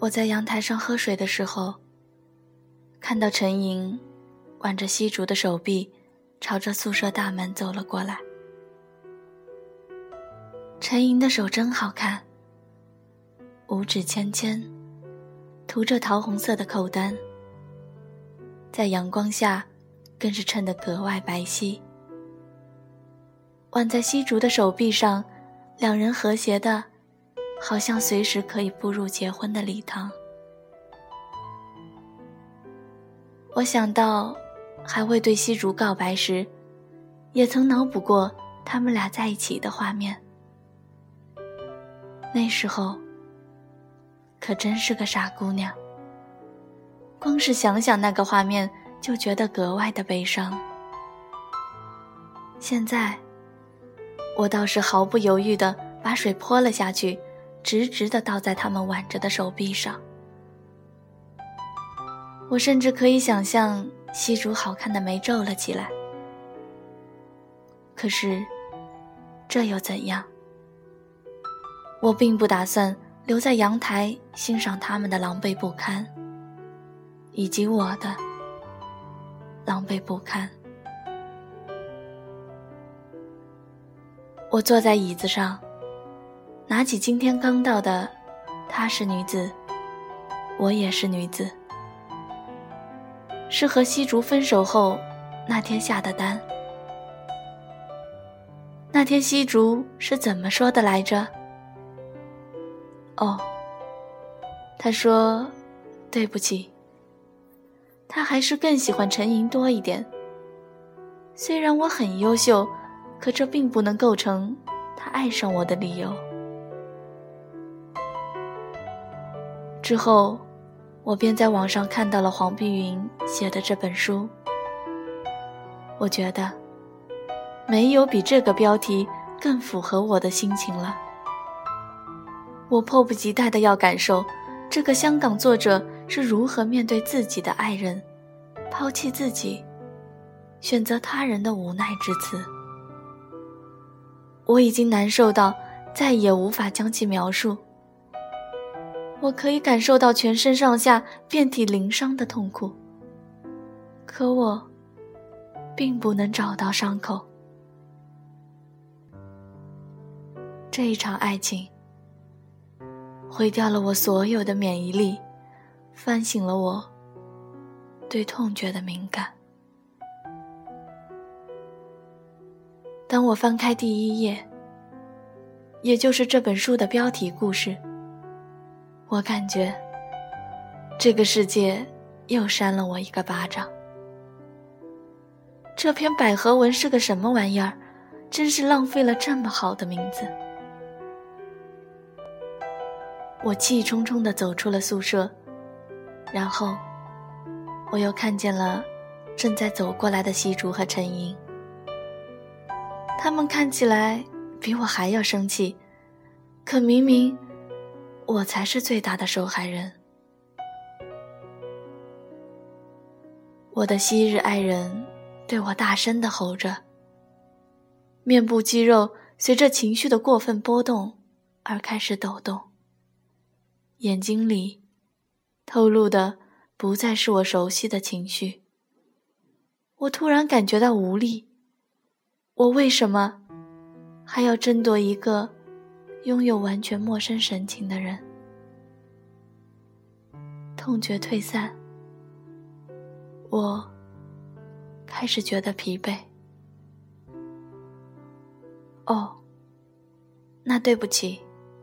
我在阳台上喝水的时候，看到陈莹挽着西竹的手臂朝着宿舍大门走了过来。陈莹的手真好看，五指纤纤，涂着桃红色的扣单，在阳光下更是衬得格外白皙。挽在西竹的手臂上，两人和谐的好像随时可以步入结婚的礼堂。我想到还未对西竹告白时，也曾脑补过他们俩在一起的画面。那时候可真是个傻姑娘，光是想想那个画面就觉得格外的悲伤。现在我倒是毫不犹豫地把水泼了下去，直直地倒在他们挽着的手臂上。我甚至可以想象西竹好看的眉皱了起来。可是这又怎样？我并不打算留在阳台欣赏他们的狼狈不堪，以及我的狼狈不堪。我坐在椅子上，拿起今天刚到的她是女子，我也是女子，是和西竹分手后那天下的单。那天西竹是怎么说的来着？哦，他说对不起，他还是更喜欢陈莹多一点。虽然我很优秀，可这并不能构成他爱上我的理由。之后我便在网上看到了黄碧云写的这本书，我觉得没有比这个标题更符合我的心情了。我迫不及待地要感受这个香港作者是如何面对自己的爱人，抛弃自己，选择他人的无奈之词。我已经难受到再也无法将其描述。我可以感受到全身上下遍体鳞伤的痛苦，可我并不能找到伤口。这一场爱情毁掉了我所有的免疫力，唤醒了我对痛觉的敏感。当我翻开第一页，也就是这本书的标题故事，我感觉这个世界又扇了我一个巴掌。这篇百合文是个什么玩意儿？真是浪费了这么好的名字。我气冲冲地走出了宿舍，然后我又看见了正在走过来的西竹和陈莹。他们看起来比我还要生气，可明明我才是最大的受害人。我的昔日爱人对我大声地吼着，面部肌肉随着情绪的过分波动而开始抖动，眼睛里透露的不再是我熟悉的情绪。我突然感觉到无力，我为什么还要争夺一个拥有完全陌生神情的人？痛觉退散，我开始觉得疲惫。哦，那对不起。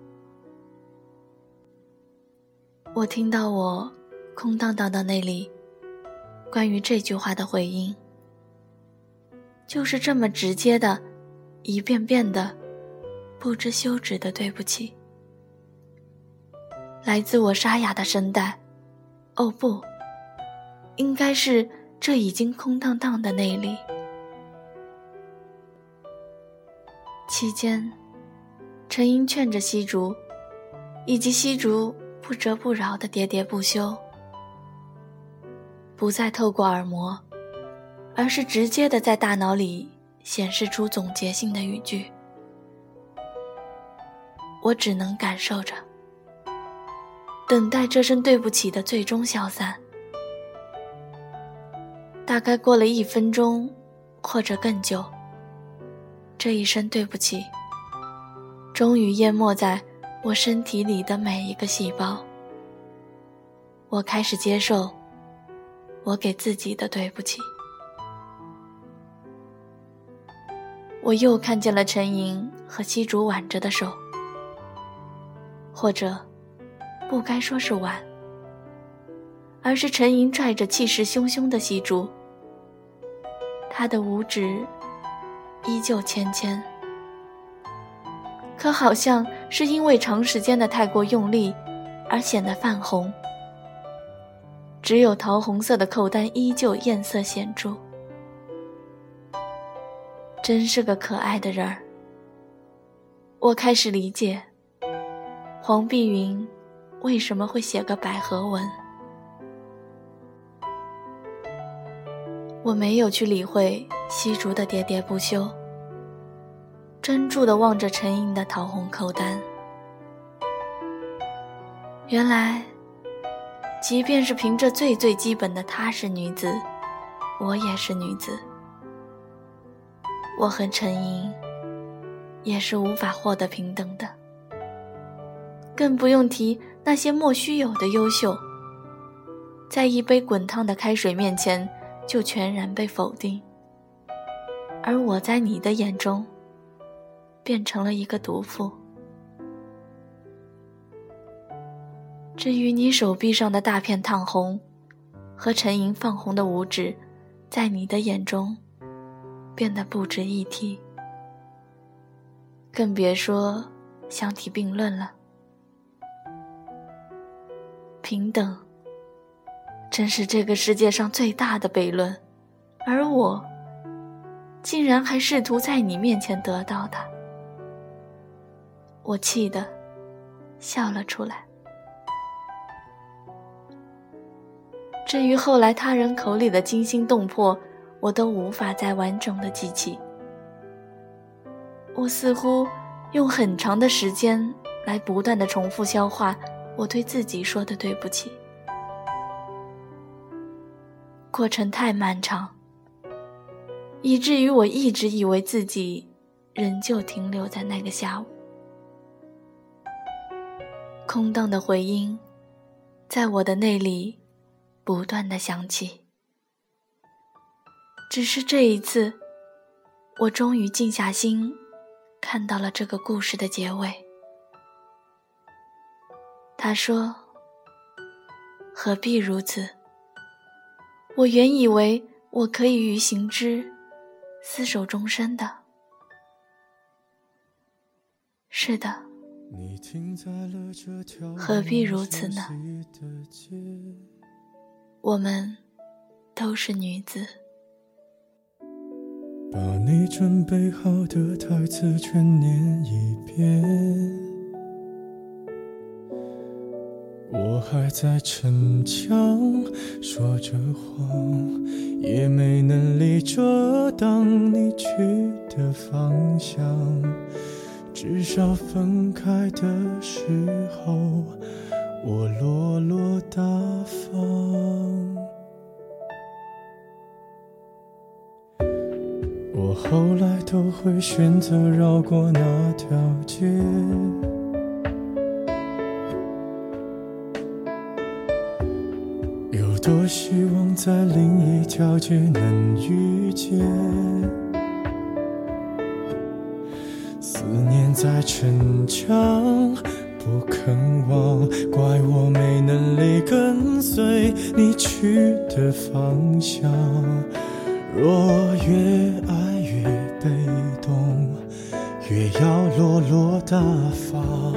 我听到我空荡荡的那里关于这句话的回应，就是这么直接的，一遍遍的不知休止的对不起，来自我沙哑的声带。哦不，应该是这已经空荡荡的那里。期间，陈莹劝着西竹，以及西竹不折不挠的喋喋不休，不再透过耳膜，而是直接的在大脑里显示出总结性的语句。我只能感受着， 等待这声对不起的最终消散。大概过了1分钟，或者更久，这一声对不起，终于淹没在我身体里的每一个细胞。我开始接受我给自己的对不起。我又看见了陈莹和西竹挽着的手，或者不该说是挽，而是陈莹拽着气势汹汹的西竹，她的五指依旧纤纤，可好像是因为长时间的太过用力而显得泛红，只有桃红色的扣单依旧艳色显著。真是个可爱的人儿。我开始理解黄碧云为什么会写个百合文。我没有去理会西竹的喋喋不休，专注地望着陈莹的桃红扣单。原来即便是凭着最最基本的她是女子，我也是女子。我和陈莹也是无法获得平等的，更不用提那些莫须有的优秀，在一杯滚烫的开水面前就全然被否定，而我在你的眼中变成了一个毒妇。至于你手臂上的大片烫红和陈莹放红的五指，在你的眼中变得不值一提，更别说相提并论了。平等真是这个世界上最大的悖论，而我竟然还试图在你面前得到它。我气得笑了出来。至于后来他人口里的惊心动魄，我都无法再完整的记起。我似乎用很长的时间来不断地重复消化我对自己说的对不起。过程太漫长，以至于我一直以为自己仍旧停留在那个下午。空荡的回音在我的内里不断地响起。只是这一次，我终于静下心，看到了这个故事的结尾。他说：何必如此？我原以为我可以与行之厮守终身的。是的，何必如此呢？我们都是女子。 把你准备好的台词全念一遍，我还在逞强说着谎，也没能力遮挡你去的方向，至少分开的时候我落落大方。我后来都会选择绕过那条街，有多希望在另一条街能遇见，思念在逞强不肯忘，怪我没能力跟随你去的方向，若越爱越被动，越要落落大方。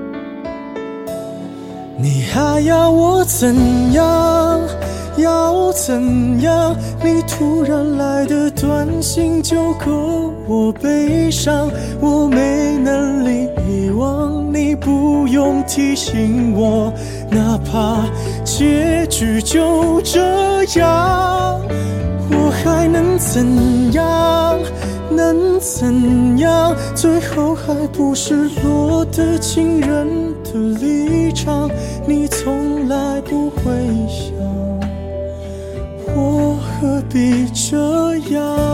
你还要我怎样？要怎样？你突然来的短信就够我悲伤，我没能力遗忘，你不用提醒我，哪怕结局就这样。我还能怎样？能怎样？最后还不是落得情人的立场，你从必这样。